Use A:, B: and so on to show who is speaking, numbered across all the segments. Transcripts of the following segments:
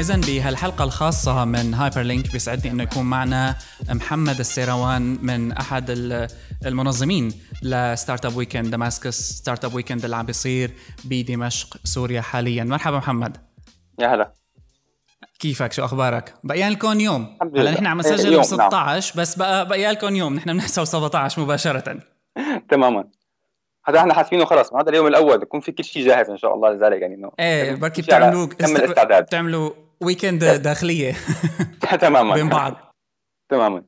A: إذن بهالحلقة الخاصة من هايبر لينك بيسعدني إنه يكون معنا محمد السيروان من أحد المنظمين لستارت اب ويكند دماسكس، ستارت اب ويكند اللي عم بيصير بدمشق سوريا حاليا. مرحبا محمد.
B: يا هلا،
A: كيفك؟ شو أخبارك؟ بقيان لكم يوم. هلا نحن عم نسجل
B: يوم،
A: ب 16 نعم. بس بقيان لكم يوم، نحن بنحسب 17 مباشرة.
B: تماما. هذا احنا حاسبينه خلاص، هذا اليوم الاول يكون في كل شيء جاهز ان شاء الله، لذلك يعني انه
A: ايه بركي بتعملوا ويكند داخلية
B: تماما
A: بين بعض.
B: تماما.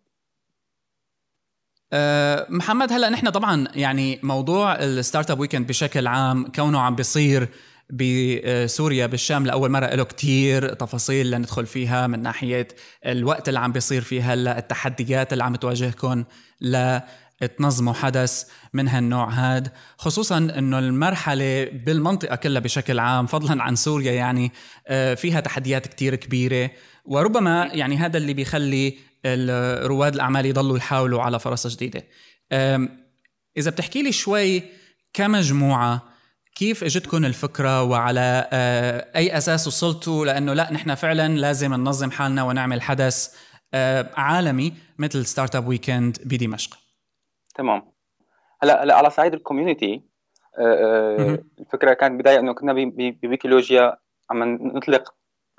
A: محمد، هلا نحن طبعا يعني موضوع الستارت اب ويكند بشكل عام كونه عم بيصير بسوريا بالشام لأول مرة، له كتير تفاصيل لندخل فيها من ناحية الوقت اللي عم بيصير فيها، هلا التحديات اللي عم تواجهكم لتنظموا حدث من هالنوع هاد، خصوصا انه المرحلة بالمنطقة كلها بشكل عام فضلا عن سوريا يعني فيها تحديات كتير كبيرة، وربما يعني هذا اللي بيخلي رواد الأعمال يضلوا يحاولوا على فرص جديدة. إذا بتحكي لي شوي كمجموعة كيف اجتكم الفكرة، وعلى أي أساس وصلتوا لأنه لا نحن فعلا لازم ننظم حالنا ونعمل حدث عالمي مثل ستارت اب ويكند بدمشق؟
B: تمام. هلا على صعيد الكوميونتي، الفكرة كانت بداية انه كنا بويكيلوجيا عم نطلق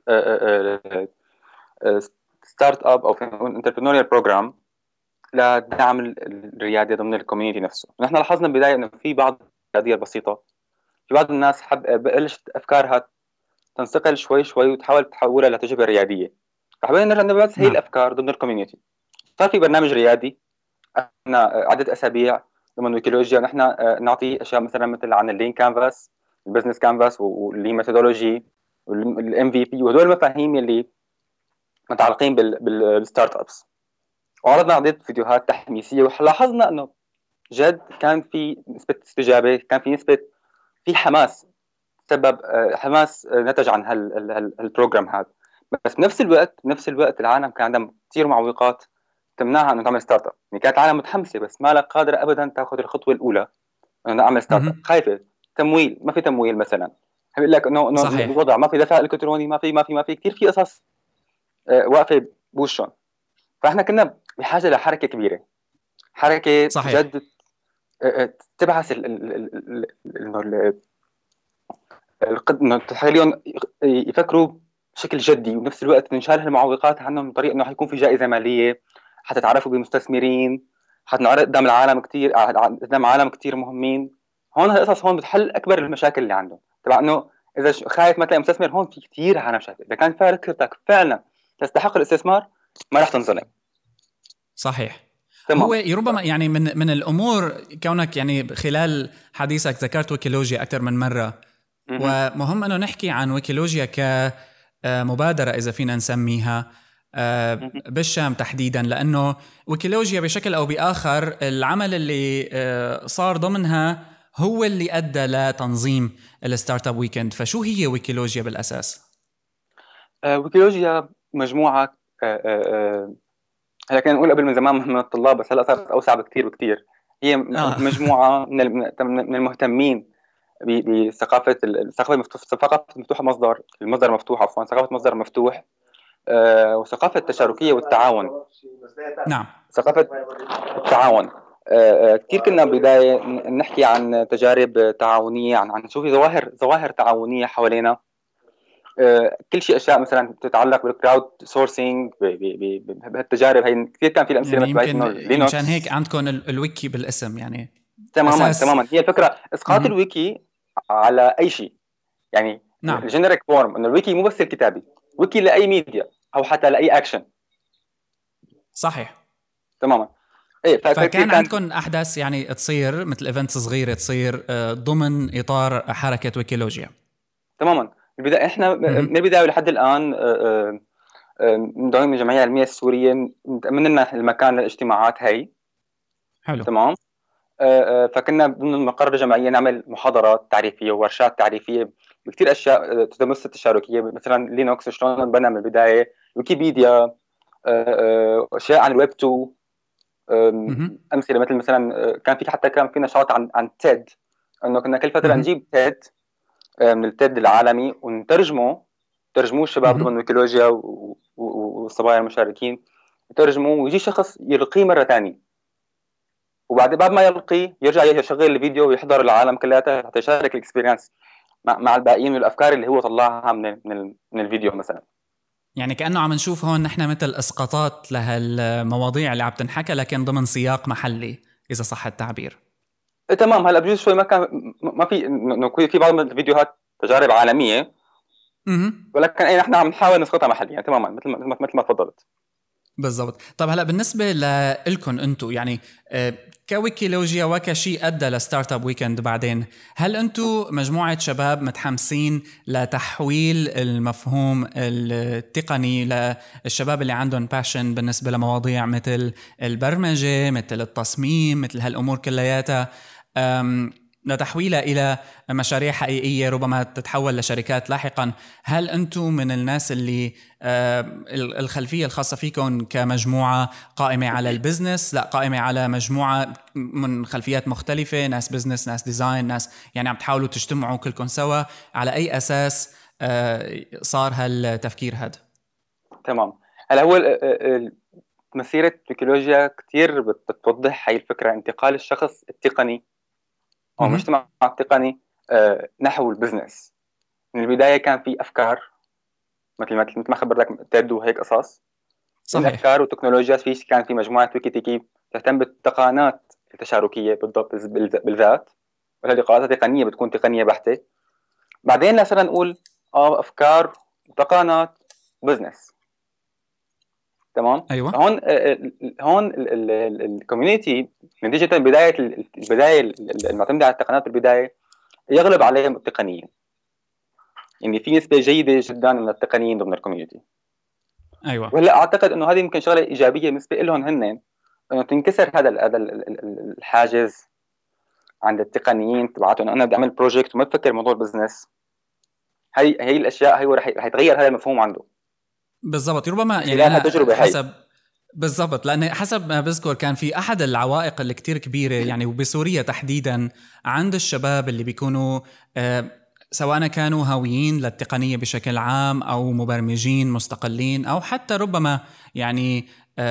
B: ستارت اب او انتربرينوريال بروجرام لدعم الريادة ضمن الكوميونتي نفسه. نحن لاحظنا بداية انه في بعض الريادية البسيطة، في بعض الناس بلشت افكارها تنتقل شوي شوي وتحاول تحولها لتجربه رياديه، فحبينا نرجع نبث هي الافكار ضمن الكوميونتي. صار في برنامج ريادي عندنا عده اسابيع ضمن ويكيلوجيا، نحن نعطي اشياء مثلا مثل عن اللين كانفاس، البزنس كانفاس، واللي ميثودولوجي، والام في بي، وهدول المفاهيم اللي متعلقين بالستارت ابس. وعرضنا عده فيديوهات تحميسيه، ولاحظنا انه جد كان في نسبه استجابه، كان في نسبه في حماس، سبب حماس نتج عن هالبروجرام هذا. بس بنفس الوقت العالم كان عندهم كثير معوقات تمنعها انه تعمل ستارت اب. يعني كانت العالم متحمسه بس ما لها قادره ابدا تاخذ الخطوه الاولى انه اعمل ستارت اب. خايفه، تمويل، ما في تمويل مثلا، بيقول لك انه الوضع ما في دفع الكتروني، ما في كثير في قصص واقفه بوشهم. فاحنا كنا بحاجه لحركه كبيره، حركه
A: صحيح.
B: جد تبعث انه تخليهم يفكروا بشكل جدي، وبنفس الوقت نشال المعوقات عنهم بطريقه انه حيكون في جائزه ماليه، حتتعرفوا بمستثمرين، حتنعرض قدام العالم كثير، قدام عالم كثير مهمين. هون هالقصص هون بتحل اكبر المشاكل اللي عندهم، تبع انه اذا خايف ما تلاقي مستثمر، هون في كثير عالم مشاكل. اذا كان فكرتك فعلا تستحق الاستثمار ما راح تنظلم.
A: صحيح.
B: تمام.
A: هو ربما يعني من الأمور، كونك يعني خلال حديثك ذكرت ويكيلوجيا أكثر من مرة، ومهم أنه نحكي عن ويكيلوجيا كمبادرة إذا فينا نسميها بالشام تحديدا، لأنه ويكيلوجيا بشكل أو بآخر العمل اللي صار ضمنها هو اللي أدى لتنظيم الستارت اب ويكند. فشو هي ويكيلوجيا بالأساس؟
B: ويكيلوجيا مجموعة، هلا كنا نقول قبل من زمان من الطلاب، بس هلا صارت اوسع بكثير بكثير. هي مجموعه من المهتمين بثقافه ثقافه مفتوحه، المصدر مفتوح، عفوا، ثقافه مصدر مفتوح، وثقافه التشاركيه والتعاون.
A: نعم.
B: ثقافه التعاون. كثير كنا بدايه نحكي عن تجارب تعاونيه، عن شو في ظواهر تعاونيه حوالينا. كل شيء، اشياء مثلا تتعلق بالكراود سورسينج، بهالتجارب هي كثير كان في الامثله،
A: يعني
B: مثل انه لينوكس.
A: مشان هيك عندكم الويكي بالاسم يعني.
B: تماما هي الفكره اسقاط الويكي على اي شيء، يعني
A: نعم.
B: الجينيريك فورم، انه الويكي مو بس الكتابي، ويكي لاي ميديا او حتى لاي اكشن.
A: صحيح.
B: تماما. ايه،
A: فكان عندكم احداث يعني تصير مثل ايفنتس صغيره تصير ضمن اطار حركه ويكيلوجيا.
B: تماما. البدايه احنا من البدايه لحد الان ندعم الجمعيه العلميه السوريه، من لنا المكان للاجتماعات هي.
A: حلو.
B: تمام. فكنا ضمن المقر الجمعيه نعمل محاضرات تعريفيه وورشات تعريفيه بكثير اشياء تمس التشاركيه، مثلا لينوكس شلون انبنى من البدايه، ويكيبيديا، اشياء عن الويب 2، امثله مثلا كان في نشاط عن تيد، انه كنا كل فتره نجيب تيد من التيد العالمي ونترجمه ترجموه الشباب ضمن ويكيلوجيا والصبايا المشاركين، يترجموه ويجي شخص يلقيه مرة تانية، وبعد ما يلقيه يرجع يشغل الفيديو ويحضر العالم كلها حتى يشارك الاكسبيرينس مع الباقيين والافكار اللي هو طلعها من الفيديو مثلا.
A: يعني كأنه عم نشوف هون نحن مثل اسقاطات لهالمواضيع اللي عم تنحكى لكن ضمن سياق محلي اذا صح التعبير.
B: تمام. هلا بجوز شوي ما في انه في بعض من الفيديوهات تجارب عالميه، ولكن نحن عم نحاول نسقطها محليا. تماما مثل ما تفضلت.
A: بالضبط. طب هلا بالنسبه لكم انتم يعني كويكيلوجيا وكشيء ادى لستارت اب ويكند بعدين، هل انتم مجموعه شباب متحمسين لتحويل المفهوم التقني للشباب اللي عندهم باشن بالنسبه لمواضيع مثل البرمجه، مثل التصميم، مثل هالامور كلياتها، لتحويلها إلى مشاريع حقيقية ربما تتحول لشركات لاحقا؟ هل أنتم من الناس اللي الخلفية الخاصة فيكم كمجموعة قائمة على البزنس، لا قائمة على مجموعة من خلفيات مختلفة، ناس بزنس ناس ديزاين ناس يعني عم تحاولوا تجتمعوا كلكم سوا؟ على أي أساس صار هالتفكير هذا؟
B: تمام. هلا هو مسيرة ويكيلوجيا كتير بتوضح هاي الفكرة، انتقال الشخص التقني أو المجتمع التقني نحو البزنس. من البداية كان في أفكار مثل ما خبرتك تيد وهيك قصص.
A: صحيح.
B: الأفكار والتكنولوجيا كان في مجموعة ويكيتيكي تهتم بالتقنيات التشاركية بالضبط بالذات، وهذه لقاءات تقنية بتكون تقنية بحتة. بعدين لا صرنا نقول أفكار وتقنيات بزنس. تمام.
A: أيوة.
B: هون الكوميونتي من ديجيتال البدايه المعتمده على التقنيات بالبدايه يغلب عليهم التقنيين، يعني في نسبه جيده جدا من التقنيين ضمن الكوميونتي.
A: أيوة.
B: وهلا اعتقد انه هذه يمكن شغله ايجابيه بالنسبه لهم هن، انه تنكسر هذا الحاجز عند التقنيين تبعتهم. انا بدي اعمل بروجكت وما بفكر موضوع البزنس. هي الاشياء هي رح يتغير هذا المفهوم عنده
A: بالضبط. ربما يعني
B: خلال
A: أنا
B: هالتجربه هي.
A: حسب بالضبط، لأن حسب ما بذكر كان في أحد العوائق اللي كتير كبيرة يعني وبسوريا تحديدا عند الشباب اللي بيكونوا سواء كانوا هاويين للتقنية بشكل عام أو مبرمجين مستقلين أو حتى ربما يعني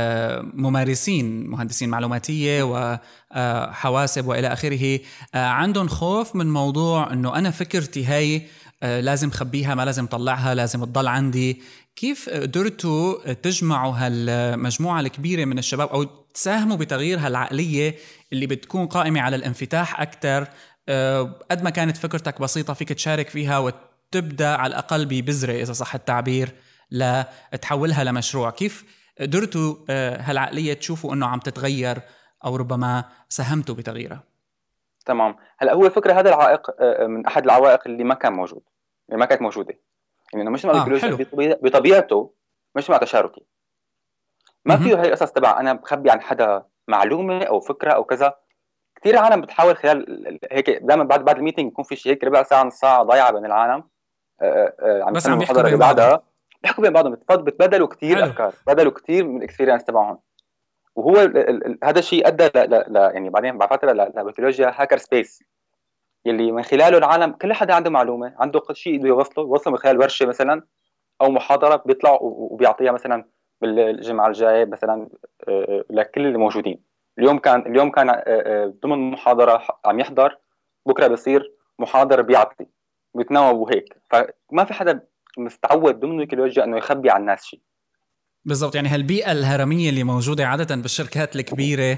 A: ممارسين مهندسين معلوماتية وحواسب وإلى آخره، عندهم خوف من موضوع أنه أنا فكرتي هاي لازم خبيها، ما لازم طلعها، لازم تضل عندي. كيف قدرتوا تجمعوا هالمجموعة الكبيرة من الشباب أو تساهموا بتغيير هالعقلية اللي بتكون قائمة على الانفتاح أكتر؟ قد ما كانت فكرتك بسيطة فيك تشارك فيها وتبدأ على الأقل ببذرة إذا صح التعبير لتحولها لمشروع. كيف قدرتوا هالعقلية تشوفوا أنه عم تتغير أو ربما ساهمتوا بتغييرها؟
B: تمام. هلا هو الفكره هذا العائق من احد العوائق اللي ما كان موجود، اللي ما كانت موجوده. يعني المجتمع الكيولوجي
A: حلو.
B: بطبيعته مجتمع تشاركي، ما فيه هي القصص تبع انا بخبي عن حدا معلومه او فكره او كذا. كثير عالم بتحاول خلال هيك دائما بعد الميتنج يكون في شيء هيك ربع ساعه نص ساعه ضايعه بين العالم عم
A: بس
B: يستنوا
A: عم يحكوا
B: المحاضره اللي
A: بين بعضهم.
B: بعدها. بيحكوا بين بعضهم، بتبادلوا كثير
A: حلو.
B: افكار، بتبادلوا كثير من الاكسبيرينس تبعهم. وهو هذا الشيء ادى يعني بعدين بعد فتره لبيولوجيا هاكر سبيس، يلي من خلاله العالم كل حدا عنده معلومه، عنده شيء بده يوصله من خلال ورشه مثلا او محاضره، بيطلع وبيعطيها مثلا بالجمعه الجايه مثلا لكل الموجودين. اليوم كان ضمن محاضره عم يحضر، بكره بيصير محاضر بيعطي، بيتناوب وهيك. فما في حدا مستعود ضمن الكيولوجيا انه يخبي عن الناس شيء.
A: بالضبط. يعني هالبيئة الهرمية اللي موجودة عادة بالشركات الكبيرة،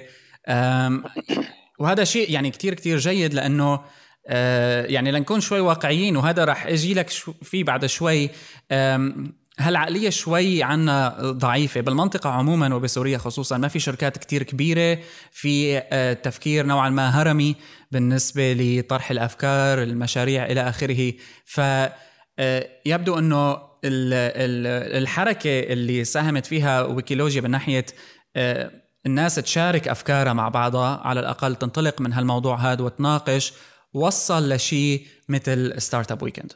A: وهذا شيء يعني كتير كتير جيد، لأنه يعني لنكون شوي واقعيين، وهذا رح أجي لك فيه بعد شوي. هالعقلية شوي عنا ضعيفة بالمنطقة عموما وبسوريا خصوصا. ما في شركات كتير كبيرة، في تفكير نوعا ما هرمي بالنسبة لطرح الأفكار المشاريع إلى آخره. فيبدو أنه الحركة اللي ساهمت فيها ويكيلوجيا من ناحية الناس تشارك أفكارها مع بعضها، على الأقل تنطلق من هالموضوع هذا وتناقش، وصل لشيء مثل ستارت اب ويكند.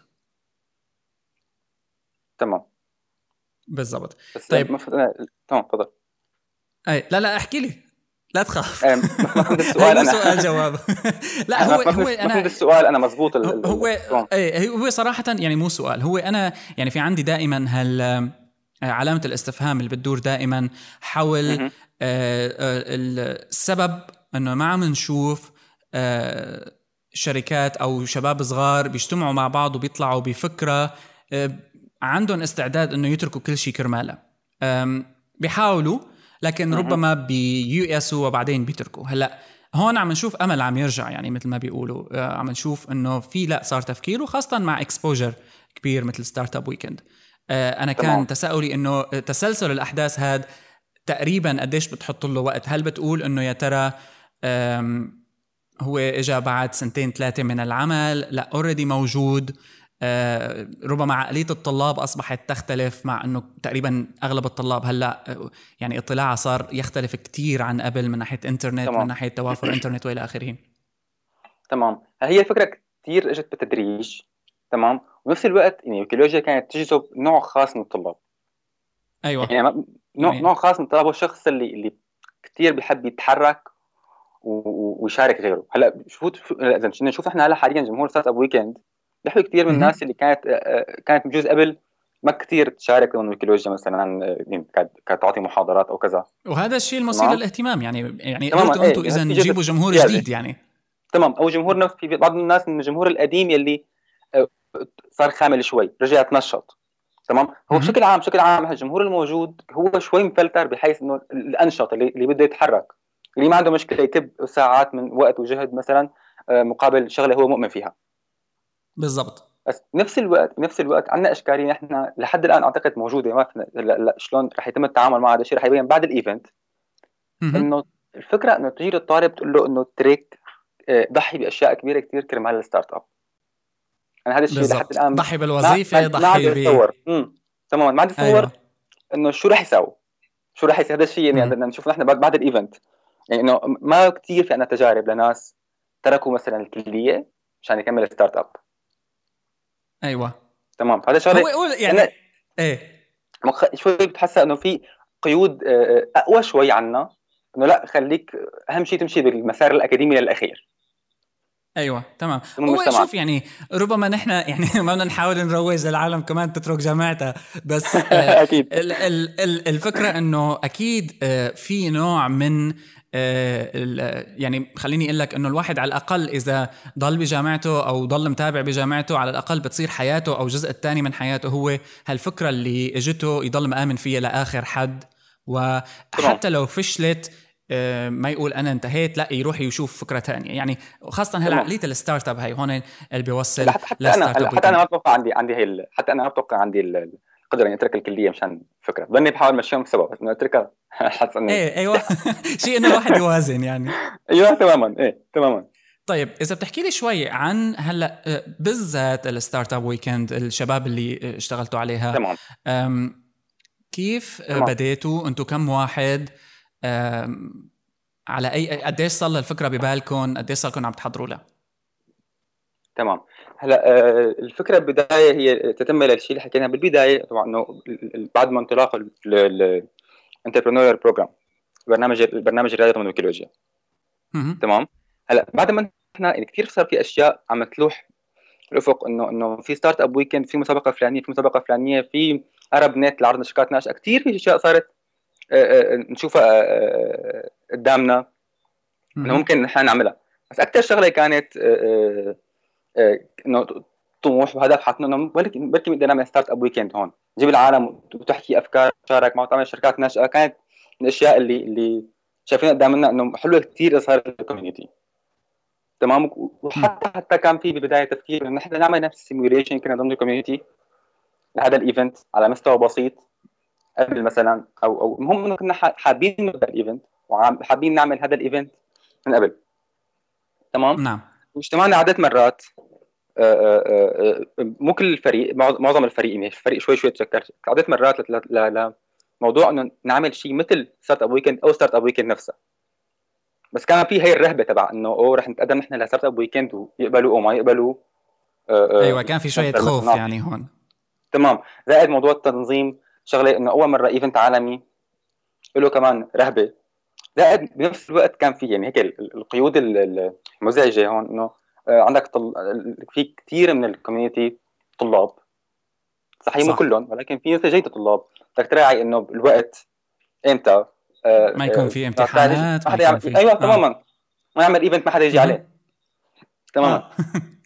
B: تمام.
A: بالضبط.
B: بس
A: طيب
B: تمام تفضل.
A: لا احكي لي. لا تخاف.
B: ما فهمت السؤال
A: هاي مو
B: انا.
A: سؤال جواب. لا
B: انا
A: هو
B: ما فهمت
A: انا
B: السؤال انا مزبوط
A: هو ايه هو صراحة يعني مو سؤال. هو انا يعني في عندي دائما علامة الاستفهام اللي بتدور دائما حول
B: مهم.
A: السبب انه ما عم نشوف شركات او شباب صغار بيجتمعوا مع بعض وبيطلعوا بفكرة عندهم استعداد انه يتركوا كل شيء كرمالها. بيحاولوا لكن
B: مهم.
A: ربما بييأسوا وبعدين بيتركوا. هلا هون عم نشوف امل عم يرجع، يعني مثل ما بيقولوا عم نشوف انه في لا صار تفكير، وخاصه مع اكسبوجر كبير مثل ستارت اب ويكند. انا
B: تمام.
A: كان تساؤلي انه تسلسل الاحداث هذا تقريبا قديش بتحط له وقت؟ هل بتقول انه يا ترى هو اجى بعد 2-3 من العمل؟ لا اوريدي موجود. ربما عقلية الطلاب أصبحت تختلف، مع أنه تقريبا أغلب الطلاب هلأ يعني اطلاعه صار يختلف كتير عن قبل، من ناحية إنترنت، من
B: تمام.
A: ناحية توافر إنترنت وإلى آخره.
B: تمام. هي الفكره كثير اجت بالتدريج. تمام. ونفس الوقت يعني ويكيلوجيا كانت تجذب نوع خاص من الطلاب.
A: أيوة
B: يعني نوع
A: يعني
B: خاص من الطلاب هو الشخص اللي كثير بيحب يتحرك ويشارك غيره. هلا اذا بدنا نشوف احنا هلا حاليا جمهور ستارت اب ويكند بيحكوا كثير من الناس اللي كانت بجوز قبل ما كثير تشارك من ويكيلوجيا مثلا، يعني كانت تعطي محاضرات او كذا.
A: وهذا الشيء المثير
B: تمام.
A: للاهتمام. يعني قدرتوا
B: تماما.
A: أنتم
B: ايه
A: إذا
B: في
A: تجيبوا
B: جزء
A: جمهور
B: زياده.
A: جديد يعني.
B: تمام. او جمهور نفس في بعض الناس من الجمهور القديم يلي صار خامل شوي رجع تنشط. تمام. هو بشكل عام الجمهور الموجود هو شوي مفلتر، بحيث انه الانشط اللي بده يتحرك، اللي ما عنده مشكله يكب ساعات من وقت وجهد مثلا مقابل شغله هو مؤمن فيها.
A: بالضبط.
B: بس نفس الوقت عندنا اشكاليه نحن لحد الان اعتقد موجوده، ما فينا لا شلون رح يتم التعامل مع هذا الشيء رح يبين بعد الايفنت.
A: مهم.
B: انه الفكره انه تجي للطالب تقول له انه تريك ضحي باشياء كبيره كثير كرمال الستارت اب. انا هذا الشيء لحد
A: بالضبط،
B: الان
A: ضحي
B: ما
A: بالوظيفة،
B: ما, ما عاد
A: ضحي
B: يتصور. تماما ما عاد يتصور
A: أيوة.
B: انه شو رح يساوي. شو رح يصير هذا الشيء. يعني
A: مم.
B: بدنا نشوف نحن بعد الايفنت. يعني انه ما كثير في عندنا تجارب لناس تركوا مثلا الكليه مشان يكمل ستارت اب.
A: أيوة.
B: تمام. فهذا
A: هو
B: شغله
A: يقول يعني
B: أنا
A: إيه.
B: شوي بتحسها انه في قيود اقوى شوي عنا. انه لا خليك اهم شيء تمشي بالمسار الاكاديمي للاخير
A: ايوه تمام.
B: ضمن
A: هو
B: المجتمع.
A: شوف يعني ربما نحن يعني ما بدنا نحاول نروج للعالم كمان تترك جامعتها، بس
B: اكيد.
A: الفكره انه اكيد في نوع من يعني خليني اقول لك انه الواحد على الاقل اذا ضل بجامعته او ضل متابع بجامعته، على الاقل بتصير حياته او الجزء الثاني من حياته هو هالفكره اللي اجته يضل مآمن فيها لاخر حد.
B: تمام.
A: وحتى لو فشلت ما يقول انا انتهيت، لا يروح يشوف فكره تانية. يعني خاصه
B: تمام.
A: هالعقليه الستارت اب هاي هون اللي بيوصل
B: حتى انا
A: لستارت اب
B: حتى انا ما
A: ويكند.
B: بتوقع عندي هي حتى انا ما بتوقع عندي القدره اني اترك الكليه مشان فكره. بني بحاول مشيهم سبب بس انه اتركها حاسس انه
A: ايه ايوه. شيء انه الواحد يوازن يعني.
B: ايوه تماما. ايه تماما.
A: طيب اذا بتحكي لي شوي عن هلا بالذات الستارت اب ويكند، الشباب اللي اشتغلتوا عليها،
B: تمام.
A: كيف
B: تمام.
A: بديتوا انتم؟ كم واحد؟ على اي قديش صار الفكره ببالكم؟ قديش صار لكم عم تحضروا لها؟
B: تمام. هلا الفكره البدايه هي تتم الشيء اللي حكيناه بالبدايه طبعا، انه بعد ما انطلاق الانتربرينور بروجرام، البرنامج الرياضي من ويكيلوجيا.
A: مهم.
B: تمام. هلا بعد ما احنا يعني كثير صار في اشياء عم تلوح الافق، انه في ستارت اب ويكند، في مسابقه فلانيه، في مسابقه فلانيه، في عرب نت لعرض نشاطات ناشئه. كثير في اشياء صارت نشوفها قدامنا انه
A: مهم.
B: ممكن نحن نعملها. بس اكثر شغله كانت انه طموح وهدف حاطين انه بلكي بنقدر نعمل ستارت اب ويكند هون، نجيب العالم وتحكي افكار، تشارك معه، تعمل شركات ناشئه. كانت من الاشياء اللي شايفين قدامنا انه حلوه كثير اظهار الكوميونتي. تمام.
A: مم.
B: وحتى كان في بالبدايه تفكير انه نحن نعمل نفس السيميوليشن كنا ضمن الكوميونتي لهذا الايفنت على مستوى بسيط قبل مثلا، او المهم انه كنا حابين نبدا الايفنت وحابين نعمل هذا الايفنت من قبل. تمام.
A: نعم.
B: واجتمعنا عدة مرات. مو كل الفريق، معظم الفريق، يعني الفريق شوي شوي تشكل عدة مرات لموضوع انه نعمل شيء مثل ستارت اب ويكند او ستارت اب ويكند نفسها. بس كان في هي الرهبه تبع انه رح نتقدم نحن لستارت اب ويكند ويقبلوا او ما يقبلوا.
A: ايوه كان في شويه
B: نقدر مثلا
A: خوف
B: نعطي.
A: يعني هون.
B: تمام. زائد موضوع التنظيم، شغله انه اول مره ايفنت عالمي له كمان رهبه. لا بنفس الوقت كان في يعني هيك القيود المزعجه هون، انه عندك في كثير من الكوميونتي طلاب، صحيح مو
A: صح،
B: كلهم ولكن في ناس جيدة طلاب، بدك تراعي انه بالوقت امتى
A: ما يكون في
B: ما
A: امتحانات،
B: ما
A: ما
B: حدا
A: يكون
B: يعمل،
A: في
B: ايوه تماما، ما يعمل ايفنت ما حدا يجي
A: مهم.
B: عليه تماما.
A: اه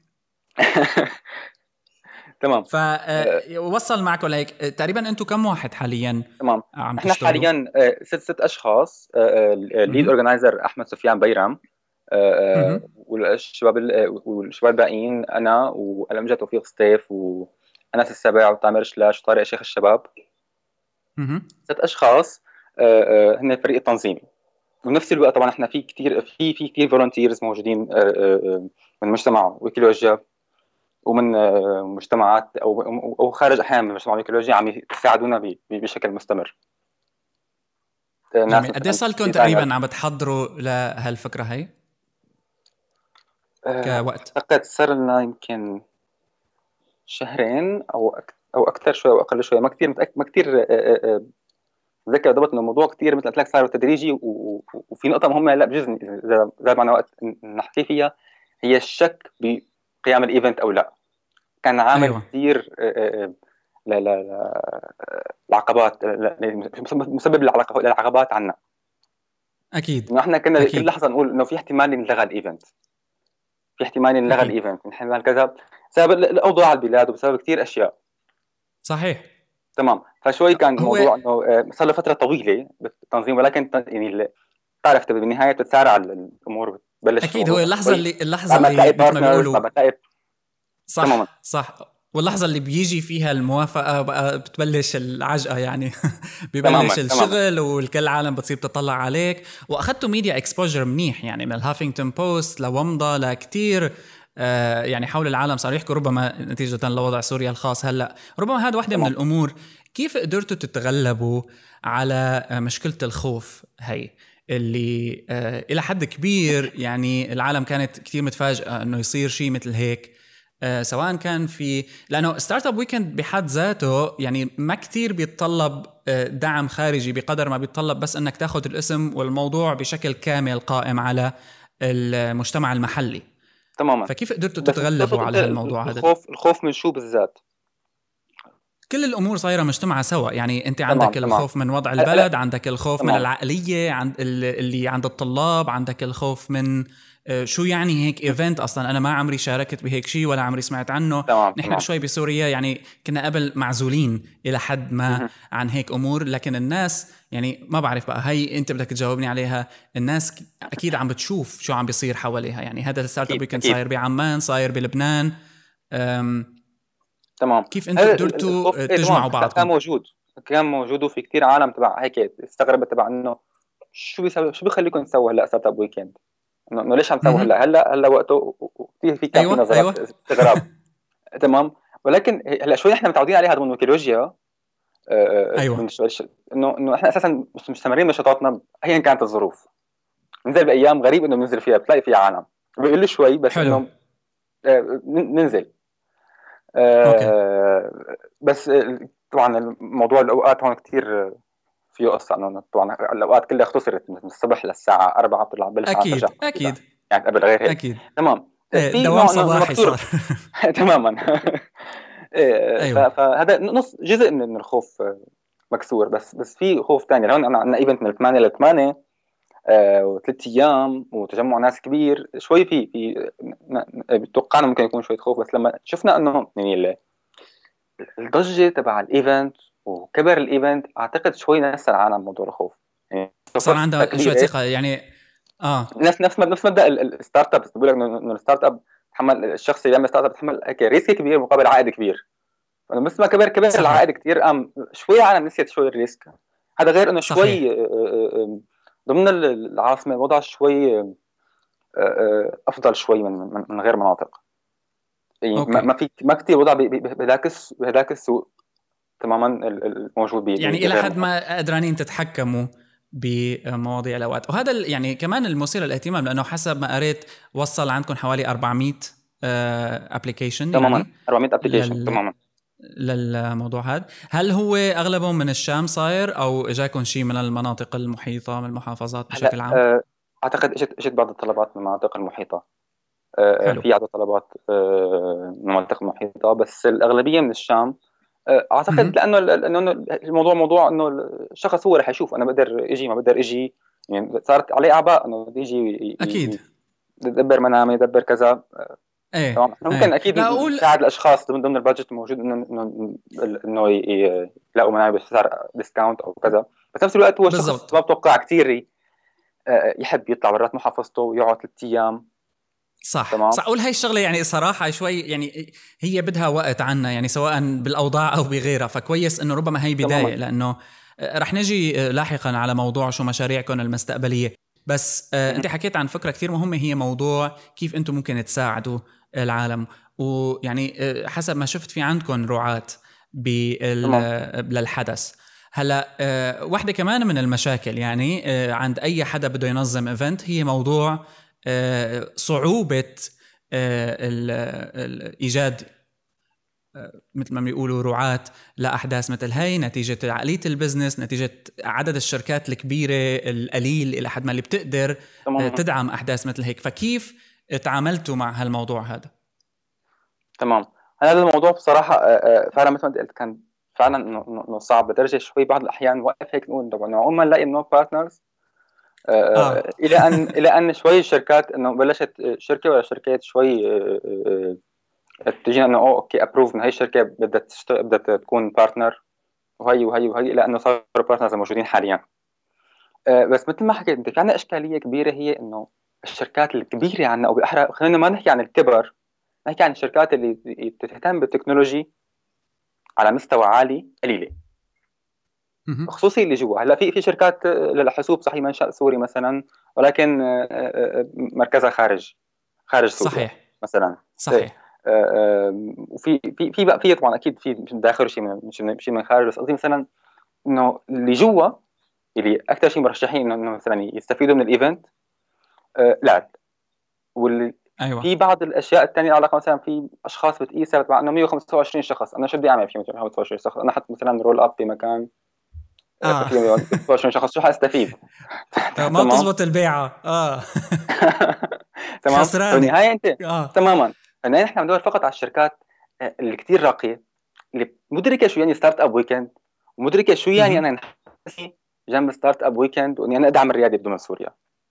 B: تمام.
A: وصل معكم لهيك تقريبا انتم كم واحد حاليا
B: تمام.
A: عم
B: احنا
A: تشتغلوا؟
B: حاليا ست اشخاص، الليد
A: مهم.
B: اورجنايزر احمد سفيان بيرم،
A: مهم.
B: والشباب والشباب الباقيين انا والامجد توفيق سطيف وانس السبع وتامر شلاش وطارق شيخ الشباب.
A: مهم.
B: ست اشخاص هن الفريق التنظيمي. وبنفس الوقت طبعا احنا في كثير في كثير فولunteers موجودين من مجتمع ويكيلوجيا، ومن مجتمعات او خارج احيانا من مجتمع ويكيلوجيا عم يساعدونا بشكل مستمر. ناس
A: جميل. قد ايش
B: مثلا
A: صار لكم
B: ديزاينر.
A: تقريبا عم بتحضروا لهالفكره هي كوقت؟
B: اعتقد صار لنا يمكن شهرين او اكثر شوي او اقل شوي، ما كثير ما كثير بتذكر ضبط انه الموضوع كثير مثل قلت لك صار تدريجي، وفي نقطه مهمه هلا بجوز اذا معنا وقت نحكي فيها، هي الشك بقيام الايفنت او لا. كان عامل
A: ايوه
B: كثير لا لا لا العقبات مسبب للعقبات عنا.
A: اكيد
B: انه احنا كنا كل
A: اكيد
B: لحظه نقول انه في احتمال ينلغى الايفنت، في احتمال ينلغى
A: اكيد
B: الايفنت، احتمال كذا، بسبب الاوضاع على البلاد وبسبب كثير اشياء.
A: صحيح.
B: تمام. فشوي كان
A: هو
B: الموضوع انه صار له فتره طويله بالتنظيم، ولكن يعني تعرف بالنهايه تتسارع الامور، بتبلش
A: اكيد هو
B: الموضوع
A: اللحظه
B: شوي
A: اللحظه
B: بعد ما
A: اللي
B: تلاقي
A: مثل ما
B: بارتنرز،
A: بيقولوا
B: بعد ما تلاقي. تماما.
A: صح صح. واللحظة اللي بيجي فيها الموافقة بقى بتبلش العجقة يعني
B: تماما.
A: ببلش
B: تماما.
A: الشغل والكل العالم بتصير تطلع عليك. وأخذتوا ميديا اكسبوجر منيح يعني، من الهافينغتون بوست لومضة لكتير يعني حول العالم صاروا يحكوا، ربما نتيجة لوضع سوريا الخاص هلأ. ربما هذا واحدة من
B: تمام.
A: الأمور. كيف قدرتوا تتغلبوا على مشكلة الخوف هي اللي إلى حد كبير يعني العالم كانت كتير متفاجئة أنه يصير شيء مثل هيك؟ سواء كان في، لانه ستارت اب ويكند بحد ذاته يعني ما كتير بيتطلب دعم خارجي بقدر ما بيتطلب بس انك تاخذ الاسم والموضوع بشكل كامل قائم على المجتمع المحلي.
B: تماما.
A: فكيف قدرتوا
B: بس
A: تتغلبوا
B: تقصد انت
A: على هالموضوع هذا؟
B: الخوف من شو بالذات؟
A: كل الامور صايره مجتمعه سوا يعني. انت
B: تمام.
A: عندك
B: تمام.
A: الخوف من وضع
B: هلا
A: البلد، عندك الخوف من
B: تمام.
A: العقليه عند اللي عند الطلاب، عندك الخوف من شو يعني هيك ايفنت اصلا. انا ما عمري شاركت بهيك شيء ولا عمري سمعت عنه.
B: تمام.
A: نحن
B: تمام.
A: شوي بسوريا يعني كنا قبل معزولين الى حد ما
B: مهم.
A: عن هيك امور. لكن الناس يعني ما بعرف بقى، هي انت بدك تجاوبني عليها. الناس اكيد عم بتشوف شو عم بيصير حواليها يعني. هذا الستارت اب
B: اكيد.
A: ويكند
B: اكيد.
A: صاير بعمان، صاير بلبنان.
B: تمام.
A: كيف انتم
B: هذا الخوف
A: قدرتوا
B: ايه تمام
A: تجمعوا
B: كان
A: بعضكم؟
B: موجود، كان موجود، وفي كثير عالم تبع هيك استغربت تبع انه شو بيسوي، شو بيخليكم تسووا هلا ستارت اب ويكند، إنه ليش عم تسووا
A: اها
B: هلا وقته، وكثير كان في
A: ايوه
B: نظرات
A: ايوه
B: استغراب. تمام. ولكن هلا شوي احنا متعودين عليها ضمن ويكيلوجيا،
A: ايوه
B: من انه احنا اساسا مستمرين بنشاطاتنا ايا كانت الظروف. ننزل بايام غريب انه بننزل فيها بتلاقي فيها عالم بيقول شوي بس
A: حلو.
B: انه ننزل.
A: اوكي
B: بس طبعا الموضوع الاوقات هون كثير فيه قصه، انه طبعا الاوقات كلها اختصرت من الصبح للساعه 4 بتطلع بلش على ترجع
A: اكيد
B: تقريبا،
A: اكيد
B: يعني قبل غير هيك.
A: اكيد.
B: تمام.
A: ايه
B: في
A: دوام
B: نوع انه
A: صباحي صار
B: مكسور. تماما.
A: ايوه
B: فهذا نص جزء من الخوف مكسور، بس في خوف ثاني. هون انا عندنا ايفنت من 8 ل 8 وثلاث ايام وتجمع ناس كبير، شوي في توقعنا ممكن يكون شويه خوف، بس لما شفنا انه يعني الضجه تبع الايفنت وكبر الايفنت اعتقد شوي نسى العالم موضوع الخوف. يعني
A: صار
B: فرصه
A: عندها شويه
B: كبيره.
A: ثقه يعني. اه
B: نفس مبدا الستارت اب، بيقول لك انه الستارت اب تحمل، الشخص اللي يعمل ستارت اب بتحمل هيك ريسك كبير مقابل عائد كبير. بس ما كبر العائد
A: صحيح
B: كثير، قام شوي العالم نسيت شوي الريسك. هذا غير انه شوي
A: صحيح.
B: ضمن العاصمه الوضع شوي افضل شوي من غير مناطق. يعني
A: اوكي
B: ما كثير وضع بهداك السوق تماما الموجود
A: يعني الى
B: بغير
A: حد
B: مناطق.
A: ما قدرانين تتحكموا بمواضيع الاوقات. وهذا يعني كمان المثير للاهتمام، لانه حسب ما قريت وصل عندكم حوالي 400 ابلكيشن
B: تماما
A: يعني
B: 400 ابلكيشن
A: لل
B: تماما.
A: للموضوع هذا. هل هو أغلبه من الشام صاير أو إجاكم شيء من المناطق المحيطة من المحافظات بشكل عام؟
B: أعتقد إجت بعض الطلبات من المناطق المحيطة.
A: حلو.
B: في عدد طلبات من المناطق المحيطة، بس الأغلبية من الشام. أعتقد لأنه الموضوع موضوع إنه الشخص هو رح يشوف أنا بقدر إجي ما بقدر إجي، يعني صارت عليه أعباء إنه بده يجي
A: أكيد
B: يدبر منامه يدبر كذا.
A: ايه
B: تمام، ممكن اكيد
A: لا اقول
B: نساعد الاشخاص ضمن البادجت الموجود انه يلاقوا منابر بسعر ديسكاونت او كذا، بس نفس الوقت هو الشخص
A: بالضبط.
B: ما بتوقع كثير يحب يطلع برات محافظته ويقعد 3 ايام.
A: صح
B: تمام.
A: صح. اقول هاي الشغله يعني صراحه شوي يعني هي بدها وقت عنا، يعني سواء بالاوضاع او بغيرها، فكويس انه ربما هي بدايه
B: تماما.
A: لانه رح نجي لاحقا على موضوع شو مشاريعكم المستقبليه. بس انت حكيت عن فكره كثير مهمه، هي موضوع كيف انتم ممكن تساعدوا العالم. ويعني حسب ما شفت في عندكم رعاة للحدث. هلا واحدة كمان من المشاكل يعني عند أي حدا بده ينظم إيفنت هي موضوع صعوبة إيجاد مثل ما بيقولوا رعاة لأحداث مثل هاي، نتيجة عقلية البزنس، نتيجة عدد الشركات الكبيرة القليل إلى حد ما اللي بتقدر تدعم أحداث مثل هيك. فكيف تعاملتوا مع هالموضوع هذا؟
B: تمام. هذا الموضوع بصراحة فعلا مثل ما قلت كان فعلا انه صعب لدرجة شوي بعض الأحيان وقف هيك نقول طبعا عقبال ما نلاقي انه بارتنرز، الى ان شوي الشركات انه بلشت شركه ولا شركات شوي تجينا انه اوكي ابروف من هي الشركه بدها تكون بارتنر، وهي الى انه صاروا بارتنرز موجودين حاليا. بس مثل ما حكيت انت في عندنا اشكاليه كبيره، هي انه الشركات الكبيره عندنا، او بالاحرى خلينا ما نحكي عن الكبر، نحكي عن الشركات اللي بتهتم بالتكنولوجي على مستوى عالي قليله، خصوصي اللي جوا. هلا في شركات للحاسوب صحيح منشأ سوري مثلا، ولكن مركزها خارج سوريا.
A: صحيح
B: مثلا.
A: صحيح.
B: وفي بقى في طبعا اكيد في داخل شيء من خارج، بس قصدي مثلا انه اللي جوا اللي اكثر شيء مرشحين انه مثلا يستفيدوا من الايفنت لا. واللي
A: أيوة.
B: في بعض الاشياء الثانيه العلاقه، مثلا في اشخاص بتقيسها مع انه 125 شخص، انا شو بدي اعمل في 125 شخص؟ انا حط مثلا رول اب في مكان فيه 125 شخص، شو حاستفيد؟
A: ما
B: تمام.
A: بتزبط البيعة
B: تمام.
A: خسرانة
B: فبالنهايه انت تماما، فالنهايه نحن بندور فقط على الشركات اللي كثير راقيه، اللي مدركه شو يعني ستارت اب ويكند، ومدركه شو يعني انا نحسي جنب ستارت اب ويكند، واني انا ادعم الرياده بدون سوريا.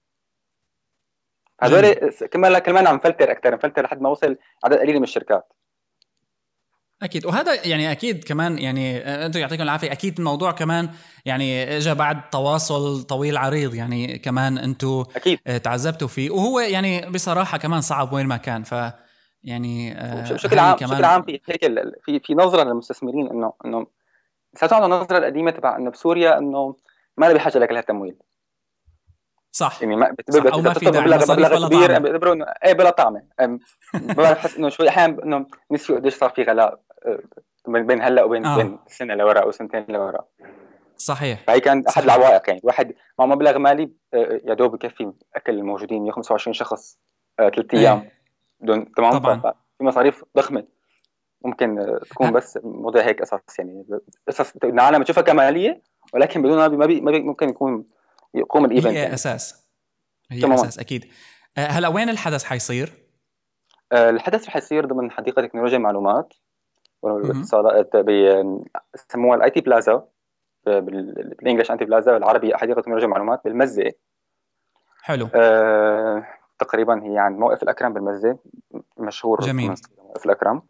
B: هذول كمان عم نفلتر اكثر، نفلتر لحد ما وصل عدد قليل من الشركات.
A: اكيد. وهذا يعني اكيد كمان يعني انتم يعطيكم العافيه، اكيد الموضوع كمان يعني اجى بعد تواصل طويل عريض، يعني كمان انتم
B: اكيد
A: تعذبتوا فيه، وهو يعني بصراحه كمان صعب وين ما كان. ف يعني
B: بشكل
A: هاي
B: عام بشكل
A: كمان
B: عام في هيك في نظره للمستثمرين انه لساته عندهم النظره القديمه تبع انه بسوريا انه ما له بحاجه لك التمويل.
A: صح
B: يعني ما
A: صح. او
B: اذا
A: ما في
B: بتطلب
A: داعي، مصاريف
B: مبلغ
A: بلا
B: كبير
A: طعمه.
B: بيعتبروا انه ايه بلا طعمه. بحس انه شوي احيانا انه نسيوا قديش صار في غلاء بين هلا وبين سنه لورا او سنتين لورا.
A: صحيح
B: فهي كان احد
A: صحيح.
B: العوائق، يعني واحد مع مبلغ مالي يا دوب بكفي اكل الموجودين 125 شخص 3 ايام
A: ايه
B: بدون. تمام.
A: طبعا.
B: ففي مصاريف ضخمه ممكن تكون، بس موضوع هيك اساس، يعني قصص العالم تشوفها كماليه، ولكن بدونها ممكن يقوم الايفنت
A: هي
B: يعني.
A: اساس، هي
B: تماما.
A: اساس اكيد. هلا وين الحدث حيصير؟
B: الحدث رح يصير ضمن حديقه تكنولوجيا المعلومات والاتصالات، بسموها الاي تي بلازا بالانجلش، انتي بلازا بالعربي حديقه تكنولوجيا المعلومات بالمزه.
A: حلو.
B: تقريبا هي عند موقف الاكرم بالمزه، مشهور
A: جميل.
B: موقف الاكرم.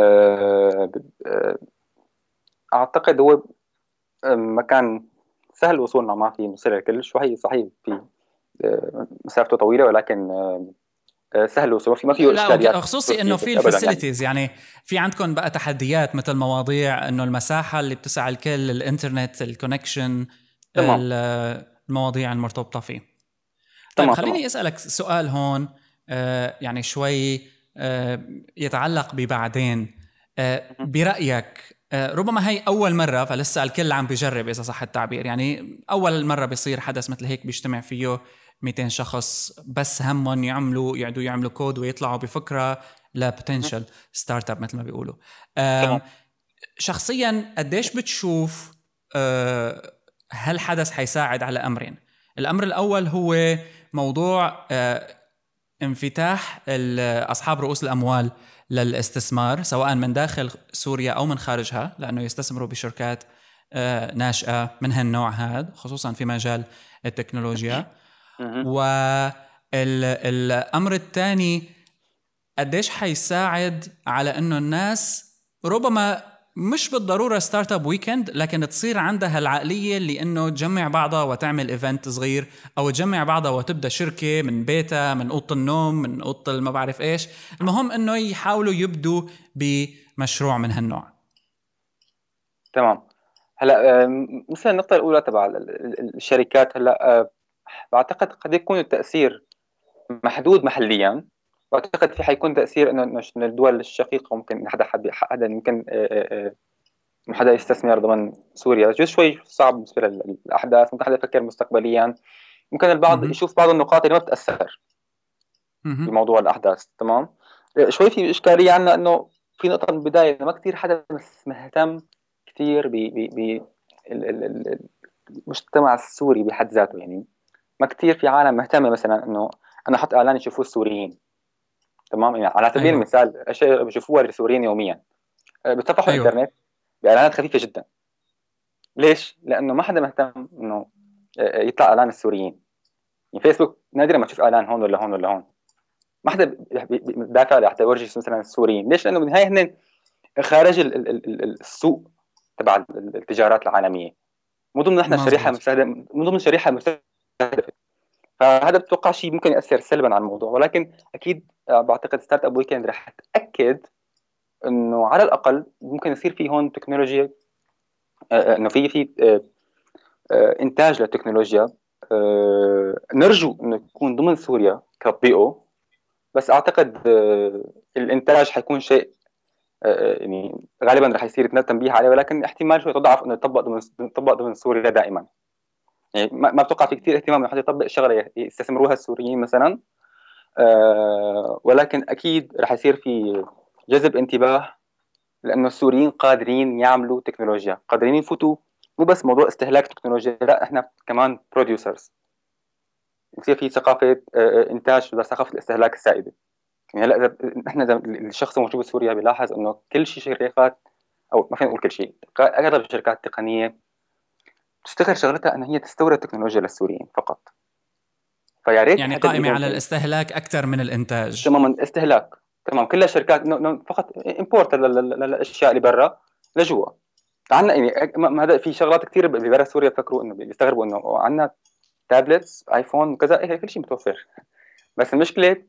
B: اعتقد هو مكان سهل الوصول معه، ما في نوصل الكل، شو هي صحيح في مسافته طويله، ولكن سهل الوصول، ما فيه
A: لا
B: اشكاليات
A: خصوصي انه في
B: ابدا يعني.
A: الفاسيلتيز، يعني في عندكم بقى تحديات مثل مواضيع انه المساحه اللي بتسع الكل، الانترنت، الكونكشن،
B: تمام.
A: المواضيع المرتبطه فيه. طيب
B: تمام. تمام.
A: خليني اسالك سؤال هون يعني شوي يتعلق ببعدين. برايك ربما هي اول مره، فلسه الكل عم بيجرب اذا صح التعبير، يعني اول مره بيصير حدث مثل هيك بيجتمع فيه 200 شخص بس همهم يعملوا كود ويطلعوا بفكره لبوتنشال ستارت اب مثل ما بيقولوا.
B: تمام.
A: شخصيا قديش بتشوف هالحدث حيساعد على أمرين؟ الأمر الأول هو موضوع انفتاح أصحاب رؤوس الأموال للاستثمار سواء من داخل سوريا أو من خارجها، لأنه يستثمروا بشركات ناشئة من هالنوع هذا خصوصا في مجال التكنولوجيا. والأمر الثاني قديش حيساعد على أنه الناس ربما مش بالضرورة ستارت اب ويكند، لكن تصير عندها العقلية اللي انه تجمع بعضها وتعمل ايفنت صغير، او تجمع بعضها وتبدأ شركة من بيتها، من اوضة النوم، من اوضة ما بعرف ايش. المهم انه يحاولوا يبدوا بمشروع من هالنوع.
B: تمام. هلا مثل النقطة الأولى تبع الشركات، هلا بعتقد قد يكون التأثير محدود محليا. واعتقد في حيكون تاثير انه من الدول الشقيقه ممكن حدا ممكن حدا يستثمر ضمن سوريا. جزء شوي صعب بالنسبه للاحداث، ممكن حدا يفكر مستقبليا، ممكن البعض يشوف بعض النقاط اللي ما بتاثر بموضوع الاحداث. تمام. شوي في اشكاليه عندنا انه في نقطه من البدايه ما كثير حدا مهتم كثير المجتمع السوري بحد ذاته. يعني ما كثير في عالم مهتمه مثلا انه انا احط اعلان يشوفوه السوريين. تمام. يعني على سبيل المثال اشياء بشوفوها السوريين يوميا بتصفحوا الانترنت باعلانات خفيفه جدا. ليش؟ لانه ما حدا مهتم انه يطلع اعلان السوريين. يعني فيسبوك نادرا ما تشوف اعلان هون ولا هون ولا هون. ما حدا بيدافع لحتى يورجي مثلا السوريين. ليش؟ لانه بالنهايه هن خارج السوق تبع التجارات العالميه، مو ضمن احنا الشريحه المستهدفه، مو ضمن الشريحه المستهدفه. فهذا بتوقع شيء ممكن ياثر سلبا على الموضوع. ولكن اكيد بعتقد ستارت اب ويكند رح تاكد انه على الاقل ممكن يصير في هون تكنولوجيا، انه في انتاج للتكنولوجيا. نرجو انه يكون ضمن سوريا كبي او. بس اعتقد الانتاج حيكون شيء يعني غالبا رح يصير تنبيه عليه، ولكن احتمال شوي تضعف انه يطبق ضمن سوريا دائما. يعني ما بتوقع في كثير اهتمام انه حد يطبق شغله يستثمروها السوريين مثلا. ولكن اكيد رح يصير في جذب انتباه، لانه السوريين قادرين يعملوا تكنولوجيا، قادرين يفوتوا مو بس موضوع استهلاك تكنولوجيا، لا احنا كمان بروديوسرز. يصير في ثقافه انتاج ثقافه الاستهلاك السائده. يعني هلا اذا احنا الشخص الموجود بسوريا بيلاحظ انه كل شيء شركات، او ما فينا نقول كل شيء، اغلب الشركات التقنيه تشتغل شغلتها ان هي تستورد تكنولوجيا للسوريين فقط. فيا ريت
A: يعني قائمه على الاستهلاك اكثر من الانتاج.
B: تماما استهلاك. تمام. كل الشركات فقط امبورت للاشياء اللي برا لجوا. عندنا يعني هذا في شغلات كثير برا سوريا بفكروا انه بيستغربوا انه عندنا تابلتس ايفون وكذا، ايه كل شيء متوفر. بس المشكله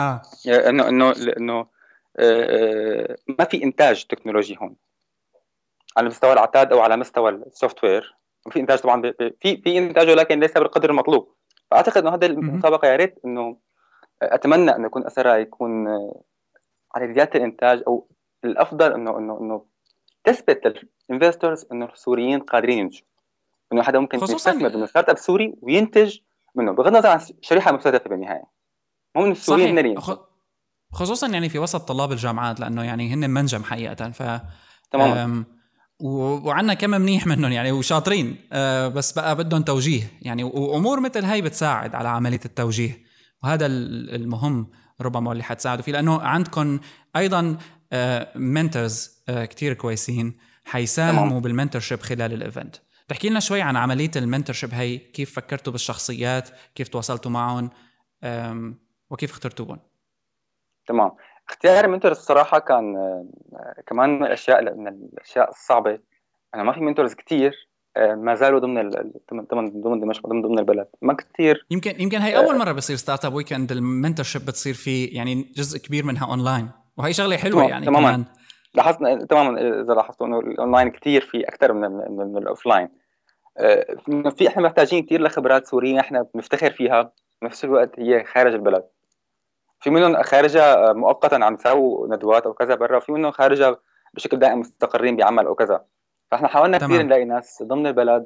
B: انه ما في انتاج تكنولوجي هون على مستوى العتاد او على مستوى السوفت وير. في انتاج طبعا في انتاج، ولكن ليس بالقدر المطلوب. فاعتقد انه هذه المسابقه يا ريت انه اتمنى انه يكون اثرها يكون على زياده الانتاج، او الافضل انه تثبت للانفسترز انه السوريين قادرين ينتجوا، انه حدا ممكن يستثمر بستارت اب سوري وينتج منه بغض النظر عن الشريحه المستهدفه بالنهايه. مو من السوريين هن
A: خصوصا يعني في وسط طلاب الجامعات، لانه يعني هن منجم حقيقه. ف
B: تماما.
A: وعندنا كم منيح منهم يعني وشاطرين، بس بقى بدهم توجيه يعني، وامور مثل هاي بتساعد على عمليه التوجيه، وهذا المهم ربما اللي حتساعدوا فيه، لانه عندكم ايضا منتورز كتير كويسين حيساهموا بالمنتورشيب خلال الايفنت. تحكي لنا شوي عن عمليه المنتورشيب هي، كيف فكرتوا بالشخصيات، كيف تواصلتوا معهم، وكيف اخترتوهم؟
B: تمام. اختيار المنتورز الصراحه كان كمان من الاشياء الصعبه. انا ما في منتورز كتير ما زالوا ضمن دمشق، ضمن البلد ما كتير.
A: يمكن هي اول مره بصير ستارت اب ويكند المنتورشيب بتصير فيه، يعني جزء كبير منها اونلاين، وهي شغله حلوه يعني.
B: تماما.
A: كمان
B: لاحظنا تماما، اذا لاحظتوا انه الاونلاين كتير في اكثر من الاوفلاين. في احنا محتاجين كتير لخبرات سوريين احنا بنفتخر فيها، بنفس الوقت هي خارج البلد. في منهم خارجها مؤقتا عم يساووا ندوات او كذا برا، وفي منهم خارجها بشكل دائم مستقرين بعمل او كذا. فاحنا حاولنا كثير نلاقي ناس ضمن البلد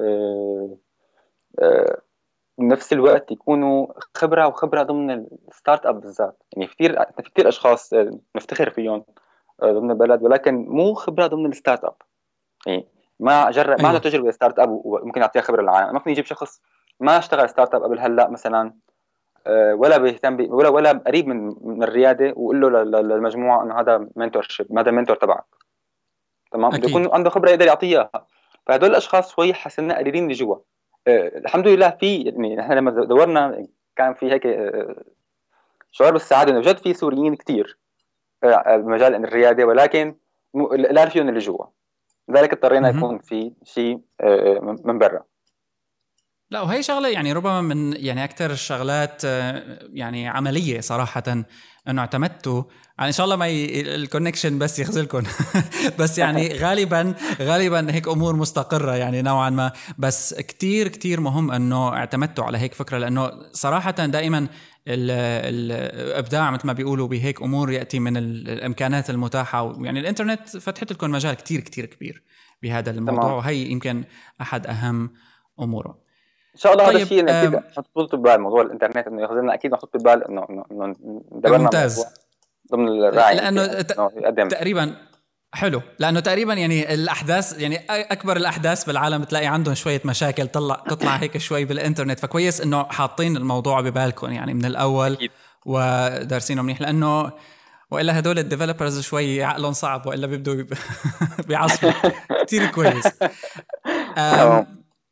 B: بنفس الوقت يكونوا وخبره ضمن الستارت اب بالذات. يعني في كثير اشخاص نفتخر فيهم ضمن البلد، ولكن مو خبره ضمن الستارت اب. يعني ما جرب، ما عنده
A: ايوه
B: تجربه ستارت اب وممكن يعطيها خبره للعالم. ممكن يجيب شخص ما اشتغل ستارت اب قبل هلا مثلا، ولا بيهتم ولا قريب من الرياده، ويقول له للمجموعه انه هذا منتور شيب، هذا منتور تبعك. تمام، بده
A: اكيد.
B: يكون عنده خبره يقدر يعطيها. فهدول الاشخاص شوي حسنا قليلين اللي جوا. الحمد لله في، يعني نحن لما دورنا كان في هيك شعور بالسعاده انه جد في سوريين كثير بمجال الرياده، ولكن لا فيهم اللي جوا. لذلك اضطرينا
A: مهم.
B: يكون في شيء من برا.
A: لا وهي شغله يعني ربما من يعني اكثر الشغلات يعني عمليه صراحه، انه اعتمدتوا يعني ان شاء الله ما الكونكشن بس يخزلكم بس يعني غالبا هيك امور مستقره يعني نوعا ما. بس كتير كتير مهم انه اعتمدتوا على هيك فكره، لانه صراحه دائما الابداع مثل ما بيقولوا بهيك امور ياتي من الامكانات المتاحه، يعني الانترنت فتحت لكم مجال كتير كتير كبير بهذا الموضوع،
B: تمام،
A: وهي يمكن احد اهم اموره.
B: ان شاء الله هذا
A: طيب
B: الشيء اكيد نحط ببال موضوع الانترنت، انه يخزلنا. اكيد نحط ببال انه دبرنا
A: ممتاز.
B: الموضوع ضمن الراعي
A: لانه
B: يعني انه يقدم.
A: تقريبا حلو، لانه تقريبا يعني الاحداث يعني اكبر الاحداث بالعالم بتلاقي عندهم شويه مشاكل تطلع هيك شوي بالانترنت، فكويس انه حاطين الموضوع ببالكم يعني من الاول
B: اكيد.
A: ودارسينه منيح، لانه والا هدول الديفلوبرز شوي عقلهم صعب، والا بيبدوا بيعصبوا. كتير كويس.
B: تمام.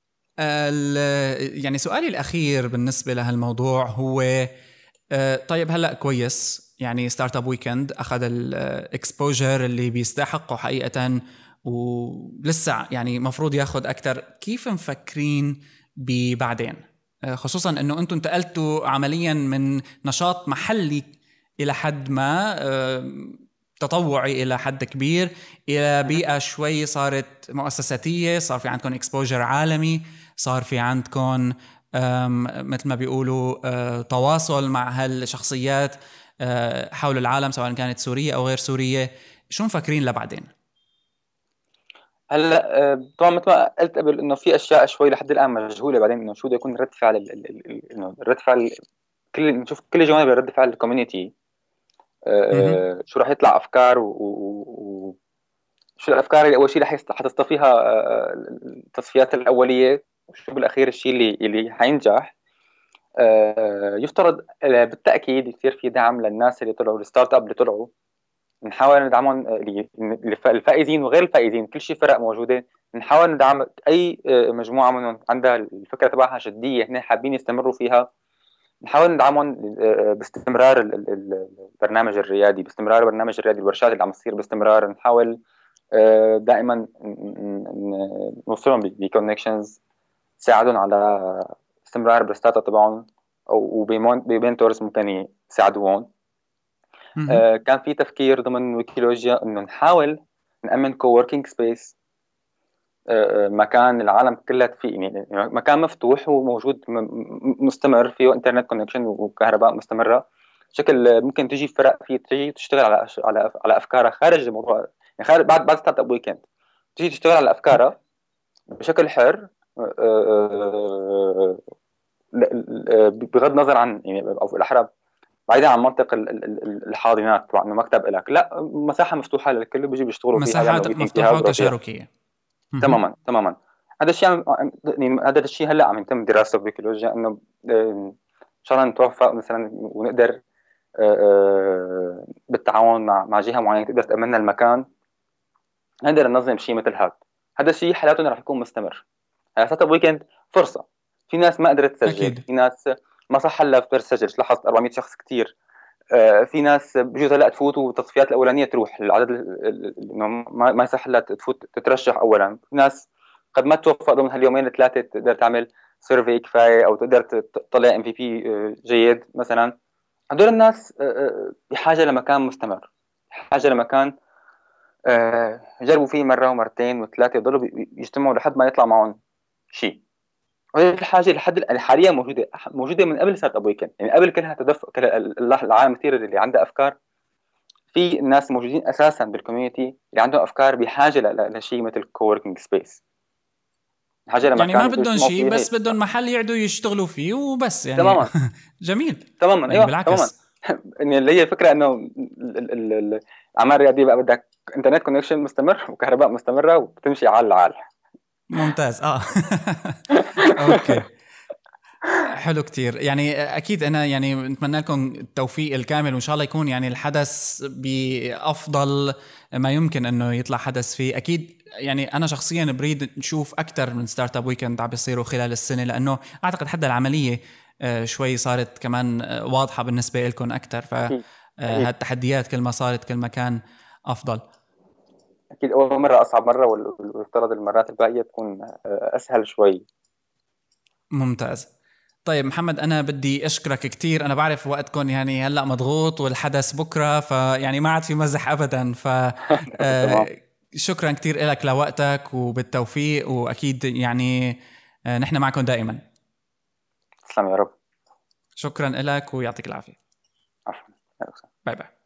A: يعني سؤالي الأخير بالنسبة لهالموضوع هو طيب هلأ كويس يعني ستارت اب ويكند أخذ الاكسبوجر اللي بيستحقه حقيقة، ولسه يعني مفروض ياخد أكتر. كيف مفكرين ببعدين، خصوصا أنه أنتم انتقلتوا عمليا من نشاط محلي إلى حد ما تطوعي إلى حد كبير إلى بيئة شوي صارت مؤسساتية، صار في عندكم اكسبوجر عالمي، صار في عندكم مثل ما بيقولوا تواصل مع هالشخصيات حول العالم سواء كانت سورية أو غير سورية. شو مفكرين لبعدين؟
B: هلا طبعا مثل ما قلت قبل انه في اشياء شوي لحد الان مجهوله، بعدين انه شو بده يكون رد فعل انه رد فعل كل، نشوف كل جوانب رد فعل الكوميونتي.
A: مهم.
B: شو راح يطلع افكار شو الافكار اللي اول شيء رح حتصطفيها التصفيات الاوليه، وشو بالاخير الشيء اللي حينجح. يفترض بالتاكيد يصير في دعم للناس اللي طلعوا، الستارت اب اللي طلعوا. نحاول ندعمهم، الفائزين وغير الفائزين، كل شيء فرق موجوده. نحاول ندعم اي مجموعه منهم عندها الفكره تبعها جديه، هن حابين يستمروا فيها. نحاول ندعمهم باستمرار البرنامج الريادي، باستمرار البرنامج الريادي، الورشات اللي عم تصير باستمرار. نحاول دائما نوصلهم بكونكشنز تساعدهم على استمرار بالستارت اب تبعهم، او بمنتورز ممكن يساعدوهم.
A: مهم.
B: كان في تفكير ضمن ويكيلوجيا انه نحاول نأمن كووركينج سبيس، مكان العالم كلها فيه، يعني مكان مفتوح وموجود مستمر، فيه انترنت كونكشن وكهرباء مستمره، بشكل ممكن تجي فرق فيه تجي تشتغل على افكارها خارج الموضوع، يعني خارج بعد ستارت اب ويكند، تجي تشتغل على افكارها بشكل حر. بغض النظر عن يعني، او بالاحرى بعيدا عن منطق الحاضنات تبع انه مكتب لك، لا، مساحه مفتوحه للكل بيجي بيشتغلوا فيها، بيعملوا
A: مساحات
B: ميتينج فيها
A: مفتوحة
B: ويضربوا فيها.
A: وتشاركية. مهم.
B: تماما تماما. هذا الشيء يعني هذا الشيء هلا عم يتم دراسته ببيكولوجيا، انه ان شاء الله نتوفق مثلا ونقدر بالتعاون مع جهه معينه تقدر تامن لنا المكان، نقدر ننظم شيء مثل هذا. هذا الشيء حالاته راح يكون مستمر. ستارت اب ويكند فرصه. في ناس ما قدرت تسجل،
A: أكيد.
B: في ناس ما صح لها تسجل، لاحظت 400 شخص كثير. في ناس بجوز هلا تفوت والتصفيات الاولانيه تروح العدد انه ما يصح لها تفوت تترشح اولا. في ناس قد ما توفق ضمن هاليومين الثلاثه تقدر تعمل سيرفي كفايه، او تقدر تطلع ام في بي جيد مثلا. هدول الناس بحاجه لمكان مستمر، بحاجه لمكان يجربوا فيه مره ومرتين وثلاثه، يضلوا يجتمعوا لحد ما يطلع معهم شيء. وهي الحاجه لحد حاليا موجوده من قبل ستارت اب ويكند، يعني قبل كلها تدفق العالم كثير اللي عنده افكار. في ناس موجودين اساسا بالكوميونتي اللي عندهم افكار بحاجه لشيء مثل كووركينج سبيس، حاجه
A: يعني ما
B: لمكان يقدروا
A: بدهم
B: يجتمعوا
A: شيء،
B: فيه هي
A: بس بدهم
B: الأفكار.
A: محل يقعدوا يشتغلوا فيه وبس يعني
B: تماما
A: جميل.
B: تماما،
A: يعني
B: ايوه تماما.
A: بالعكس.
B: يعني اللي هي الفكره انه الاعمال الرياضيه بقى بدك انترنت كونكشن مستمر وكهرباء مستمره وبتمشي على العال.
A: ممتاز. اوكي، حلو كتير. يعني اكيد انا يعني نتمنى لكم التوفيق الكامل، وان شاء الله يكون يعني الحدث بافضل ما يمكن انه يطلع حدث فيه. اكيد يعني انا شخصيا بريد نشوف اكثر من ستارت اب ويكند عم بيصيروا خلال السنه، لانه اعتقد حتى العمليه شوي صارت كمان واضحه بالنسبه لكم اكثر.
B: اكيد اكيد
A: فهالتحديات كل ما صارت كل ما كان افضل.
B: اكيد، اول مره اصعب مره، ويفترض المرات الباقيه تكون اسهل شوي.
A: ممتاز. طيب محمد، أنا بدي أشكرك كتير. أنا بعرف وقتكم يعني هلأ مضغوط والحدث بكرة، فيعني ما عاد في مزح أبدا.
B: تمام.
A: شكرا كتير لك لوقتك وبالتوفيق، وأكيد يعني نحن معكم دائما.
B: تسلم يا رب.
A: شكرا لك ويعطيك العافية.
B: عفوا.
A: باي باي.